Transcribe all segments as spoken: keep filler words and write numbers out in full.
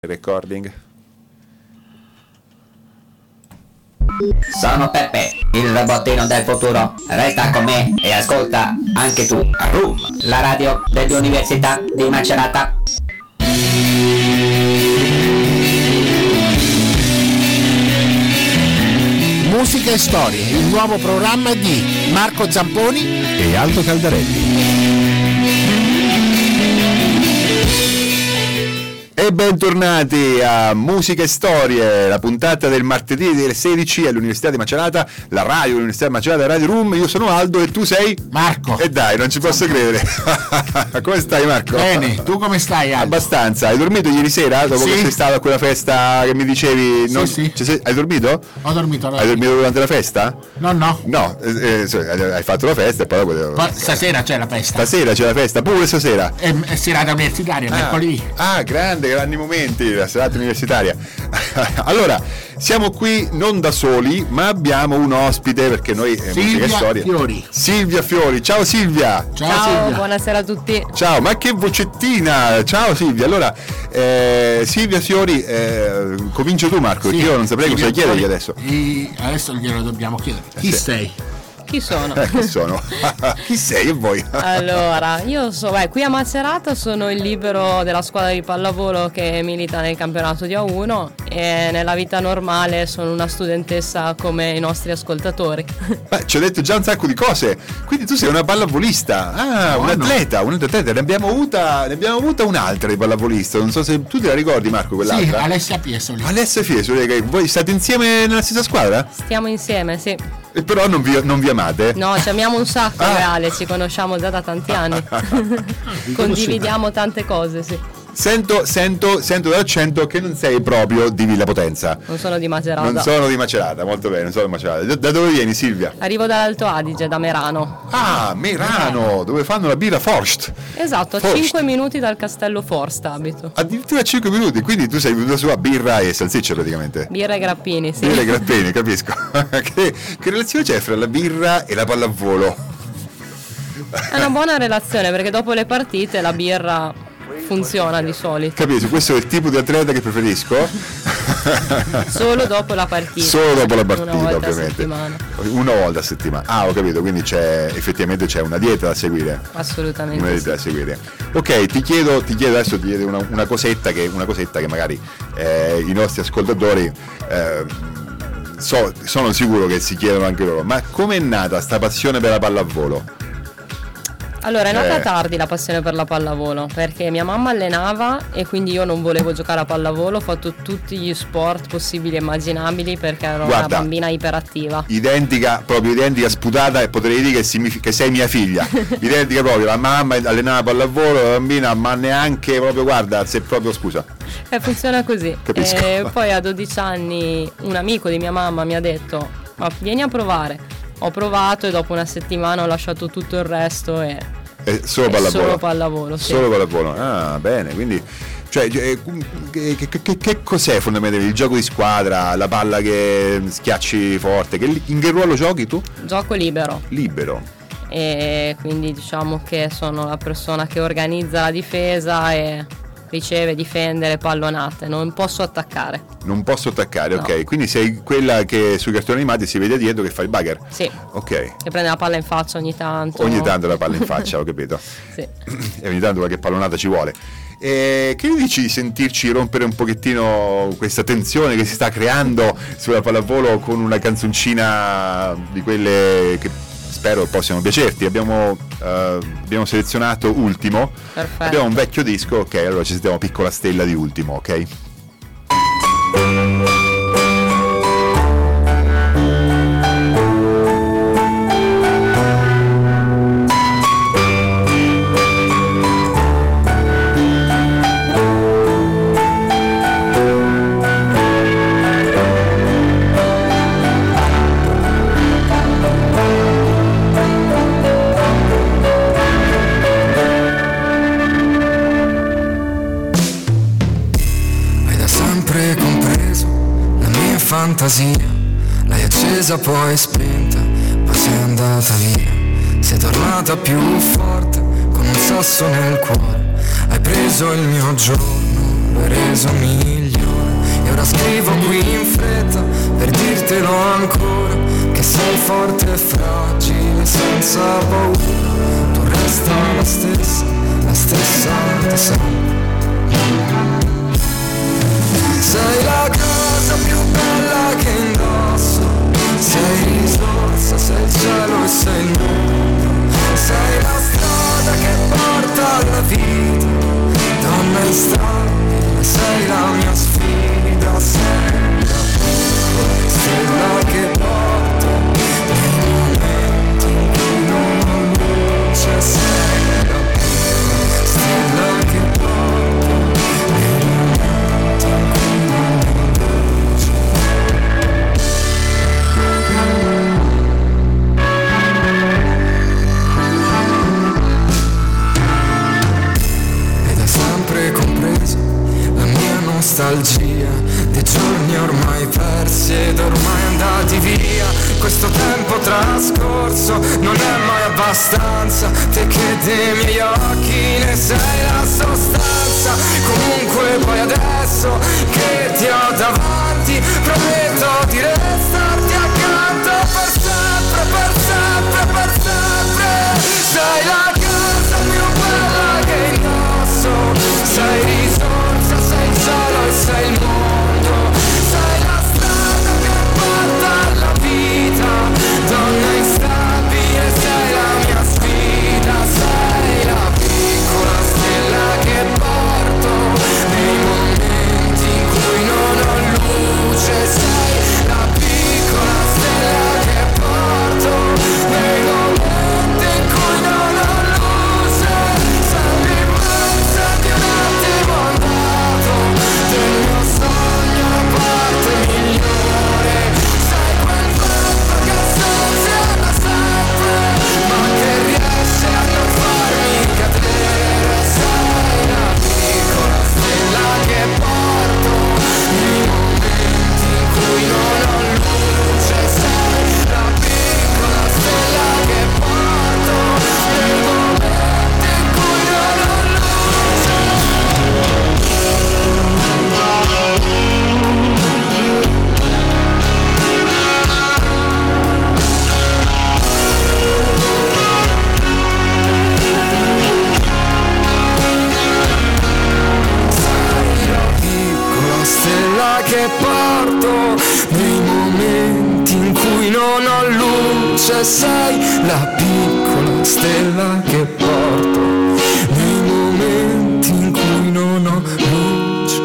Recording. Sono Peppe, il robottino del futuro. Resta con me e ascolta anche tu Room, la radio dell'Università di Macerata. Musica e storie, il nuovo programma di Marco Zamponi e Aldo Caldarelli. E bentornati a Musica e Storie, la puntata del martedì delle sedici all'Università di Macerata, la radio dell'Università di Macerata, Radio Room. Io sono Aldo e tu sei? Marco. E dai, non ci posso credere. Come stai, Marco? Bene, tu come stai, Aldo? Abbastanza. Hai dormito ieri sera dopo sì. che sei stato a quella festa che mi dicevi? Sì, non... sì. Cioè, sei... Hai dormito? Ho dormito. Ho Hai dormito durante la festa? No, no. No, eh, eh, hai fatto la festa e poi dopo... Poi stasera c'è la festa. Stasera c'è la festa, pure stasera. È, è serata universitaria, Ah, mercoledì. ah, grande, grandi momenti, la serata universitaria. Allora, siamo qui non da soli, ma abbiamo un ospite perché noi eh, Silvia storia. Fiori. Silvia Fiori. Ciao Silvia. Ciao, Ciao, Silvia. buonasera a tutti. Ciao, ma che vocettina. Ciao Silvia. Allora, eh, Silvia Fiori, eh, comincio tu Marco, Sì, perché io non saprei Silvia cosa chiedergli Fiori. adesso. E adesso glielo dobbiamo chiedere. Chi sì. sei? Chi sono? Eh, chi sono? Chi sei e voi? Allora, io so, beh, qui a Macerata sono il libero della squadra di pallavolo che milita nel campionato di A uno e nella vita normale sono una studentessa come i nostri ascoltatori. Beh, ci ho detto già un sacco di cose. Quindi tu sei una pallavolista. Ah, No, un atleta, un atleta. Ne abbiamo avuta, ne abbiamo avuta un'altra di pallavolista. Non so se tu te la ricordi, Marco, quell'altra. Sì, Alessia Piesoli. Alessia Fiesoli, che voi state insieme nella stessa squadra? Stiamo insieme, sì. E però non vi, non vi amate? No, ci amiamo un sacco, Ah. reale, ci conosciamo già da tanti anni. Condividiamo tante cose, sì. Sento, sento, sento dall'accento che non sei proprio di Villa Potenza. Non sono di Macerata. Non sono di Macerata, molto bene, non sono di Macerata. Da, da dove vieni, Silvia? Arrivo dall'Alto Adige, da Merano. Ah, Merano, dove fanno la birra Forst. Esatto, a Forst. cinque minuti dal castello Forst abito. Addirittura cinque minuti, quindi tu sei venuta su a birra e salsiccia praticamente. Birra e grappini, sì. Birra e grappini, capisco. che, che relazione c'è fra la birra e la pallavolo? È una buona relazione perché dopo le partite la birra funziona di solito. Capisco, questo è il tipo di atleta che preferisco. Solo dopo la partita. Solo dopo la partita, una volta ovviamente. A settimana. Una volta a settimana. Ah, ho capito, quindi c'è effettivamente c'è una dieta da seguire. Assolutamente. Una Sì. dieta da seguire. Ok, ti chiedo, ti chiedo adesso ti chiedo una, una cosetta che una cosetta che magari eh, i nostri ascoltatori eh, so, sono sicuro che si chiedono anche loro. Ma com'è nata sta passione per la pallavolo? Allora è nata Eh. tardi la passione per la pallavolo perché mia mamma allenava e quindi io non volevo giocare a pallavolo, ho fatto tutti gli sport possibili e immaginabili perché ero Guarda, una bambina iperattiva. Identica, proprio identica sputata, e potrei dire che, significa, che sei mia figlia. Identica proprio, la mamma allenava pallavolo, la bambina, ma neanche proprio, guarda, se proprio scusa. E funziona così. Capisco. E poi a dodici anni un amico di mia mamma mi ha detto ma vieni a provare. Ho provato e dopo una settimana ho lasciato tutto il resto e È solo è pallavolo. solo pallavolo, sì. Solo pallavolo. Ah, bene, quindi cioè eh, che, che, che, che cos'è fondamentalmente il gioco di squadra, la palla che schiacci forte? Che, in che ruolo giochi tu? Gioco libero Libero. e quindi diciamo che sono la persona che organizza la difesa e riceve, difende le pallonate, non posso attaccare. Non posso attaccare, No. ok. Quindi sei quella che sui cartoni animati si vede dietro che fa il bugger. Sì, Ok. che prende la palla in faccia ogni tanto. Ogni tanto la palla in faccia, ho capito. Sì. E ogni tanto qualche pallonata ci vuole. E che ne dici di sentirci rompere un pochettino questa tensione che si sta creando sulla pallavolo con una canzoncina di quelle che spero possano piacerti? Abbiamo, eh, abbiamo selezionato Ultimo. Perfetto. Abbiamo un vecchio disco, ok, allora ci sentiamo Piccola Stella di Ultimo, ok? Hai da sempre compreso la mia fantasia, l'hai accesa poi spenta, poi sei andata via. Sei tornata più forte con un sasso nel cuore, hai preso il mio giorno, lo mi hai reso migliore. E ora scrivo qui in fretta per dirtelo ancora, che sei forte e fragile senza paura. Tu resta la stessa, la stessa di sempre. Sei la cosa più bella che indosso, sei risorsa, sei il cielo e sei il mondo. Sei la strada che porta alla vita, donna instabile, sei la mia sfida. Sei la piccola stella che porto nei momenti in cui non ho luce. Sei la piccola stella che porto nei momenti in cui non ho luce. Ed hai sempre compreso la mia nostalgia dei giorni ormai persi ed ormai andati via. Questo tempo trascorso non è mai abbastanza, te che dei miei occhi ne sei la sostanza. Comunque poi adesso che ti ho davanti, prometto di restarti accanto per sempre, per sempre, per sempre. Sei la cosa più bella che indosso, sei risorsa, sei il cielo e sei il mondo. Sei la strada che porta alla vita, donna instabile, sei la mia sfida. Sei la piccola stella che porto nei momenti in cui non ho luce. Sei la piccola stella che porto nei momenti in cui non ho luce. Sei l'immensa di un attimo andato del mio sogno, la parte migliore. Sei quel vento che sostiene sempre, ma che riesce a non farmi cadere. Sei la piccola stella che porto nei momenti in cui non ho luce. Sei la piccola stella che porto nei momenti in cui non ho luce. Sei la piccola stella che porto nei momenti in cui non ho luce. Sei la piccola stella che porto nei momenti in cui non ho luce.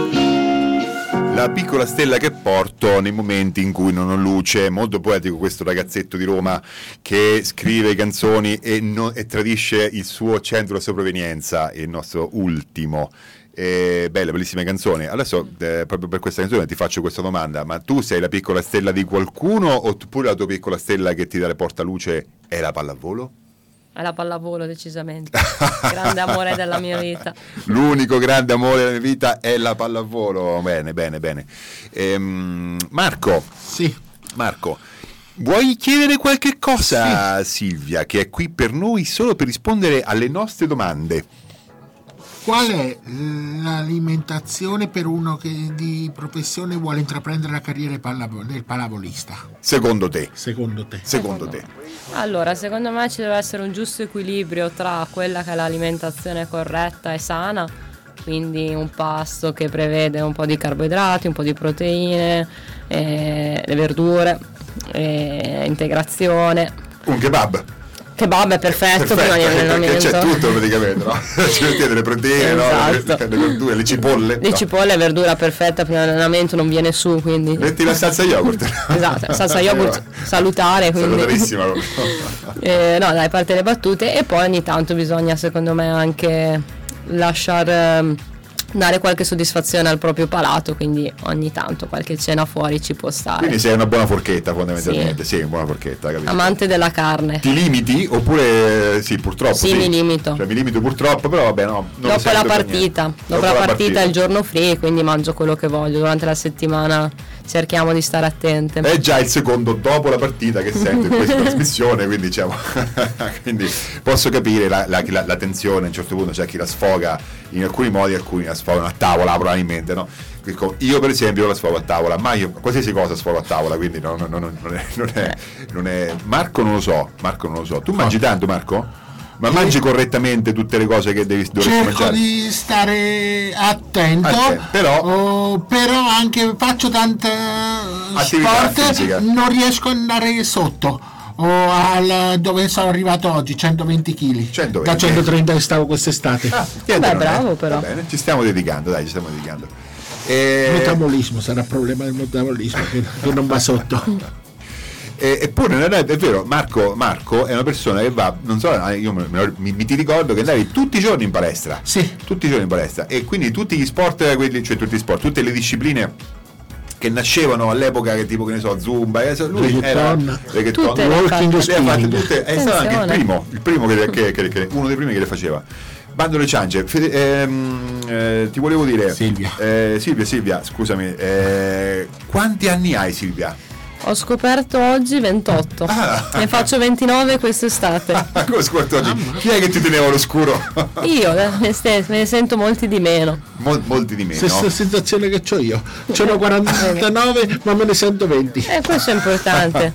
La piccola stella che porto nei momenti in cui non ho luce. Molto poetico questo ragazzetto di Roma che scrive canzoni e, non, e tradisce il suo centro, la sua provenienza, il nostro ultimo. Eh, bella, bellissima canzone. Adesso eh, proprio per questa canzone ti faccio questa domanda: ma tu sei la piccola stella di qualcuno oppure la tua piccola stella che ti dà la portaluce è la pallavolo? È la pallavolo, decisamente. Grande amore della mia vita. L'unico grande amore della mia vita è la pallavolo. Bene, bene, bene. Ehm, Marco. Sì. Marco, vuoi chiedere qualche cosa a Silvia, che è qui per noi solo per rispondere alle nostre domande? Qual è l'alimentazione per uno che di professione vuole intraprendere la carriera pallavo- del pallavolista? Secondo te? Secondo te? Secondo te? Allora, secondo me ci deve essere un giusto equilibrio tra quella che è l'alimentazione corretta e sana, quindi un pasto che prevede un po' di carboidrati, un po' di proteine, eh, le verdure, eh, integrazione. Un kebab? Kebab è perfetto, Perfetto, prima di allenamento. c'è tutto praticamente, no? Ci mettete le proteine, Esatto. no? Le verdure, le cipolle. Le no. cipolle è verdura perfetta, prima dell'allenamento non viene su, quindi... Metti la salsa yogurt. Esatto, salsa yogurt salutare, quindi... Salutarissima. eh, no, dai, a parte le battute, e poi ogni tanto bisogna, secondo me, anche lasciar ehm, dare qualche soddisfazione al proprio palato, quindi ogni tanto qualche cena fuori ci può stare. Quindi sei una buona forchetta fondamentalmente, sì, una buona forchetta, capito? Amante della carne. Ti limiti oppure sì, purtroppo Sì, sì, mi limito. Cioè mi limito purtroppo, però vabbè, no. Non lo Dopo sento la per partita, niente. dopo, la partita è il giorno free, quindi mangio quello che voglio. Durante la settimana cerchiamo di stare attente. È già il secondo dopo la partita che sento in questa trasmissione, quindi diciamo quindi posso capire la, la, la, la tensione. A un certo punto c'è chi la sfoga in alcuni modi, alcuni la sfogano a tavola probabilmente, no? Io per esempio la sfogo a tavola, ma io qualsiasi cosa sfogo a tavola, quindi no, no, no, non, è, non, è, non è Marco non lo so, Marco non lo so. Tu mangi tanto, Marco? Ma mangi correttamente tutte le cose che devi dovresti cerco mangiare? Di stare attento, Attento, però- oh, però anche faccio tanta Attività sport, fisica. non riesco ad andare sotto o al, dove sono arrivato oggi, centoventi chili centoventi. da centotrenta che stavo quest'estate. Ah, niente, Beh, non è. bravo, però. Va bene, ci stiamo dedicando, dai, ci stiamo dedicando. E... Metabolismo, sarà problema del metabolismo che, che non va sotto. E, eppure non è, è vero, Marco, Marco è una persona che va, non so, io me, me, mi, mi ti ricordo che andavi tutti i giorni in palestra. Sì. Tutti i giorni in palestra. E quindi tutti gli sport, quelli, cioè tutti gli sport, tutte le discipline che nascevano all'epoca, che tipo, che ne so, Zumba, eh, lui era Reggaeton. reggaeton, Tutte le walking fatte. le ha fatte spinning. tutte, è stato anche il Attenzione. primo, il primo che, che, che, che- uno dei primi che le faceva. Bando alle ciance, Fede- ehm, eh, ti volevo dire Silvia. eh, Silvia, Silvia, scusami, eh, quanti anni hai, Silvia? Ho scoperto oggi ventotto, Ah. ne faccio ventinove quest'estate. Come scorto oggi? Chi è che ti teneva all'oscuro? Io eh, me, ste- me ne sento molti di meno. Mol- molti di meno. Stessa sensazione che ho io, sono quarantanove ma me ne sento venti. E questo è importante.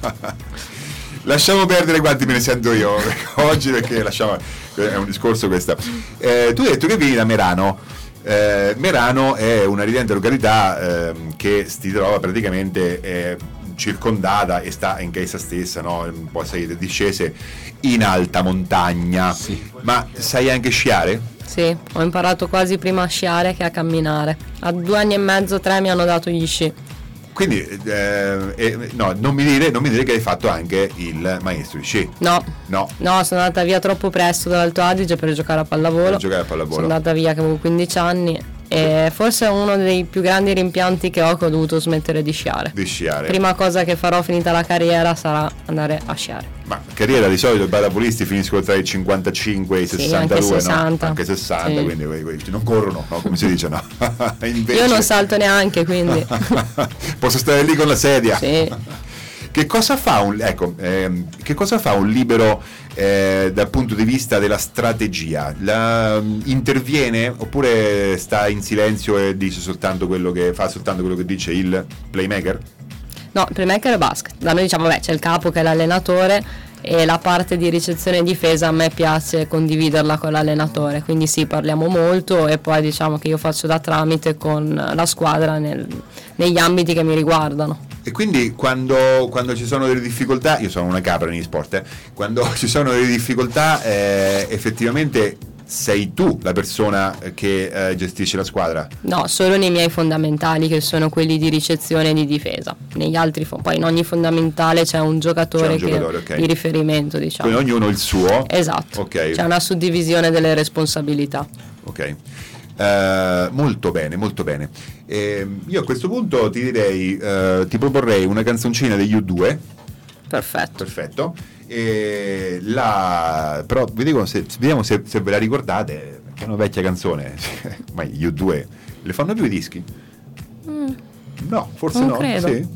Lasciamo perdere quanti me ne sento io oggi, perché lasciamo, è un discorso questo. Eh, tu hai detto che vieni da Merano. Eh, Merano è una ridente località ehm, che si trova praticamente eh, circondata e sta in essa stessa, no? Un po' salite e discese in alta montagna. Sì. Ma sai anche sciare? Sì, ho imparato quasi prima a sciare che a camminare. A due anni e mezzo, tre mi hanno dato gli sci. Quindi eh, eh, no, non mi dire, non mi dire che hai fatto anche il maestro di sci. No, No. no, sono andata via troppo presto dall'Alto Adige per giocare a pallavolo. Per giocare a pallavolo. Sono andata via che avevo quindici anni e forse è uno dei più grandi rimpianti che ho, che ho dovuto smettere di sciare. Di sciare. Prima cosa che farò finita la carriera sarà andare a sciare. Ma carriera di solito i pallavolisti finiscono tra i cinquantacinque e i Sì, sessantadue, anche sessanta. no? Anche sessanta, Sì. quindi que- que- non corrono, no? Come si dice, no? Invece... Io non salto neanche, quindi. Posso stare lì con la sedia. Sì. Che cosa fa un, ecco, ehm, che cosa fa un libero eh, dal punto di vista della strategia? La, interviene oppure sta in silenzio e dice soltanto quello che fa soltanto quello che dice il playmaker? No, il playmaker è basket. Da noi diciamo, beh, c'è il capo che è l'allenatore e la parte di ricezione e difesa a me piace condividerla con l'allenatore, quindi sì, parliamo molto e poi diciamo che io faccio da tramite con la squadra nel- negli ambiti che mi riguardano. E quindi quando, quando ci sono delle difficoltà, io sono una capra negli sport, eh, quando ci sono delle difficoltà eh, effettivamente sei tu la persona che eh, gestisce la squadra? No, solo nei miei fondamentali, che sono quelli di ricezione e di difesa. Negli altri, fo- poi in ogni fondamentale c'è un giocatore, C'è un giocatore, che, ok. di riferimento, diciamo. Quindi ognuno il suo? Esatto, Ok. c'è una suddivisione delle responsabilità. Ok. Eh, molto bene, molto bene. Eh, io a questo punto ti direi, eh, ti proporrei una canzoncina degli U due. Perfetto. Perfetto. E la, però vediamo se, vediamo se, se ve la ricordate, perché è una vecchia canzone. Ma gli U due le fanno più i dischi? No, forse Non no. credo. Sì.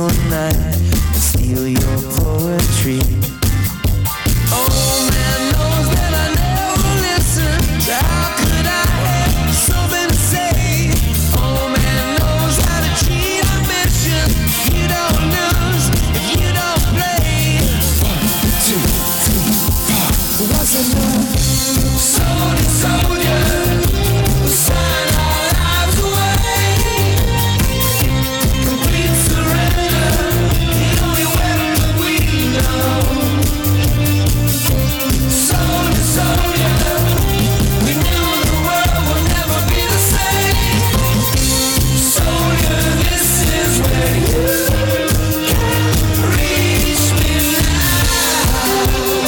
your night and steal your poetry. Oh, man knows that I never listen. So how could I have something to say? Oh, man knows how to cheat our mission. You don't lose if you don't play. One, two, three, four. What's enough? Soldier, soldier, sign our lives away. Complete surrender, the only weapon we know. Soldier, soldier, we knew the world would never be the same. Soldier, this is where you can reach me now.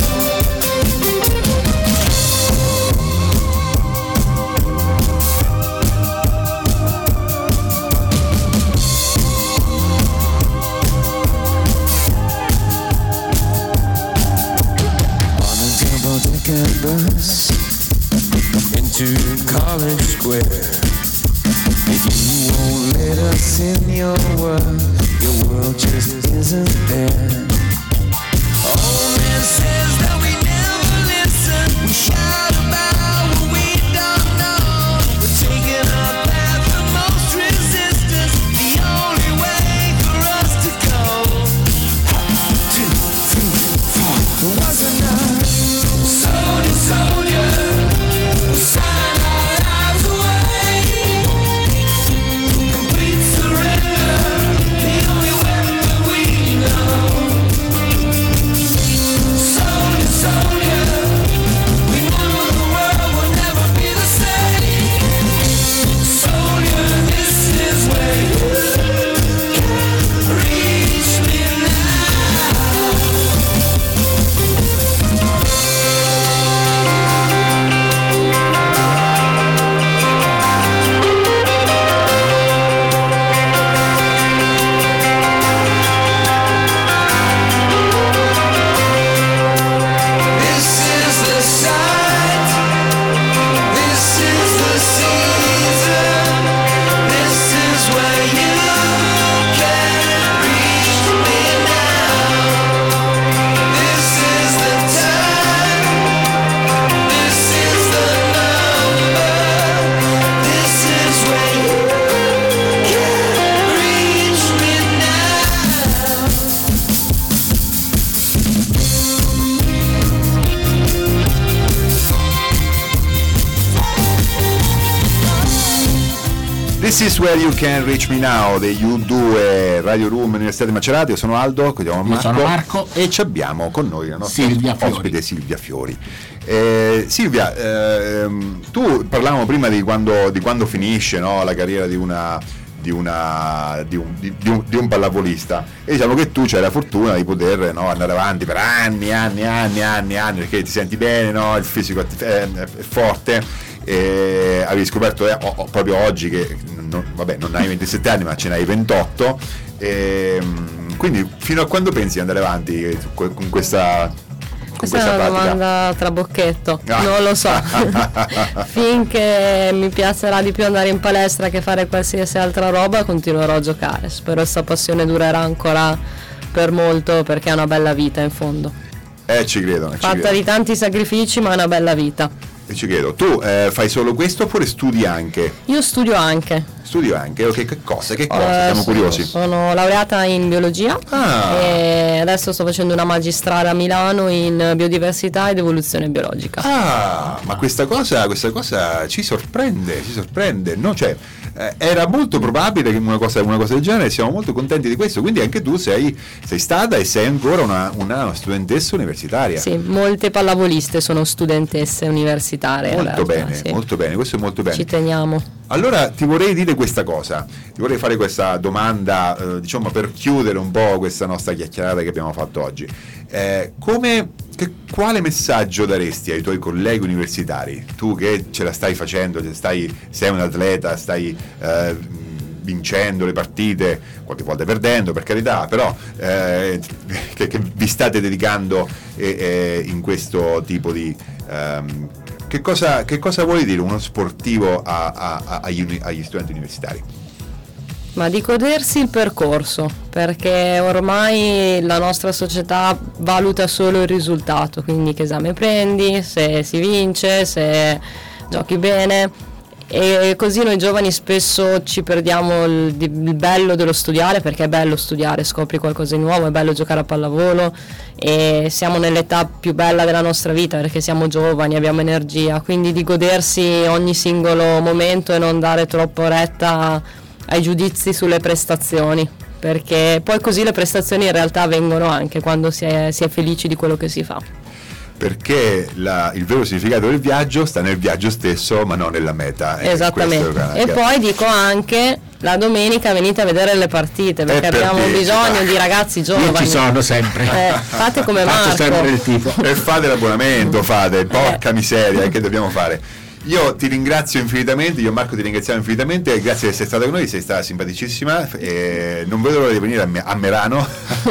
On a double-decker bus into College Square. If you won't let us in your world, your world just isn't there. Old man says that we never listen. We shout about what we don't know. We're taking a path of most resistance, the only way for us to go. One, two, three, four. Was enough. Soldier, soldier, sign our lives away. Complete surrender, the only weapon we know. Soldier, soldier, we knew the world would never be the same. Soldier, this is where you can reach me now. This is the sight, this is the season, this is where you can reach me now. This is the time, this is the number, this is where you can reach me now. This is where you can reach me now degli U due Radio Room Università di Macerata. Io sono Aldo, qui abbiamo Io Marco, sono Marco. e ci abbiamo con noi la nostra Silvia Fiori. ospite Silvia Fiori. Eh, Silvia, ehm, tu parlavamo prima di quando, di quando finisce, no, la carriera di una di una di un, di, di un, di un pallavolista, e diciamo che tu c'hai la fortuna di poter, no, andare avanti per anni anni anni anni anni perché ti senti bene, no, il fisico è, è, è forte. E avevi scoperto eh, o, o, proprio oggi che non, vabbè, non hai ventisette anni ma ce n'hai ventotto, e, quindi fino a quando pensi di andare avanti con questa con Questa è una pratica? domanda trabocchetto, Ah. non lo so. Finché mi piacerà di più andare in palestra che fare qualsiasi altra roba, continuerò a giocare. Spero questa passione durerà ancora per molto, perché è una bella vita in fondo. Eh, ci credo, ci Fatta credo. di tanti sacrifici, ma è una bella vita. E ci credo. Tu eh, fai solo questo oppure studi anche? Io studio anche. Studio anche? Ok, che cosa? Che cosa? Eh, Siamo sì, curiosi. Sono laureata in biologia Ah. e adesso sto facendo una magistrale a Milano in biodiversità ed evoluzione biologica. Ah, ma questa cosa, questa cosa ci sorprende, ci sorprende, no? Cioè, eh, era molto probabile che una cosa, una cosa del genere, siamo molto contenti di questo, quindi anche tu sei, sei stata e sei ancora una, una, una studentessa universitaria. Sì, molte pallavoliste sono studentesse universitarie. in Molto realtà, bene, sì. molto bene, questo è molto bene. Ci teniamo. Allora ti vorrei dire questa cosa, ti vorrei fare questa domanda, eh, diciamo per chiudere un po' questa nostra chiacchierata che abbiamo fatto oggi. Eh, come, che, quale messaggio daresti ai tuoi colleghi universitari? Tu che ce la stai facendo, stai, sei un atleta, stai eh, vincendo le partite, qualche volta perdendo per carità, però eh, che, che vi state dedicando eh, eh, in questo tipo di... ehm, Che cosa, che cosa vuole dire uno sportivo a, a, a, agli, agli studenti universitari? Ma di godersi il percorso, perché ormai la nostra società valuta solo il risultato, quindi che esame prendi, se si vince, se giochi bene, e così noi giovani spesso ci perdiamo il, il bello dello studiare, perché è bello studiare, scopri qualcosa di nuovo, è bello giocare a pallavolo e siamo nell'età più bella della nostra vita perché siamo giovani, abbiamo energia, quindi di godersi ogni singolo momento e non dare troppo retta ai giudizi sulle prestazioni, perché poi così le prestazioni in realtà vengono anche quando si è, si è felici di quello che si fa. Perché la, il vero significato del viaggio sta nel viaggio stesso, ma non nella meta. Esattamente. E poi dico anche, la domenica venite a vedere le partite, perché per abbiamo te, bisogno dai. di ragazzi giovani. Io ci sono sempre. Eh, fate come Faccio Marco. sempre il tifo. E fate l'abbonamento, fate, porca Eh. miseria, che dobbiamo fare? Io ti ringrazio infinitamente, io e Marco ti ringraziamo infinitamente, grazie di essere stata con noi, sei stata simpaticissima, e non vedo l'ora di venire a, Me- a Merano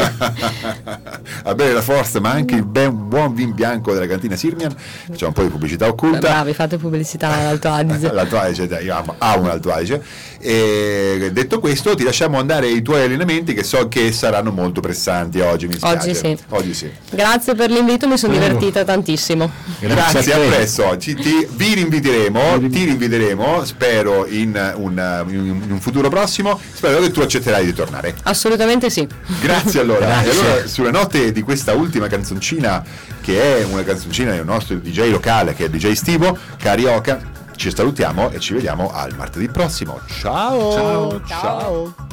a bere la Forza, ma anche il ben, buon vin bianco della cantina Sirmian. Facciamo un po' di pubblicità occulta. Bravi, fate pubblicità all'Alto Adige. L'Alto Adige, io amo, amo l'Alto Adige. E detto questo, ti lasciamo andare ai tuoi allenamenti, che so che saranno molto pressanti oggi. Mi spiace. Oggi sì. Oggi sì. Grazie per l'invito, mi sono divertita tantissimo. Grazie, Grazie a, a te. presto. Ci, ti, vi rinviteremo, ti rinviteremo, spero in un, in un futuro prossimo. Spero che tu accetterai di tornare. Assolutamente sì. Grazie allora. Grazie. E allora, sulle note di questa ultima canzoncina, che è una canzoncina del nostro D J locale, che è D J Stivo, Carioca, ci salutiamo e ci vediamo al martedì prossimo. Ciao. Ciao. Ciao.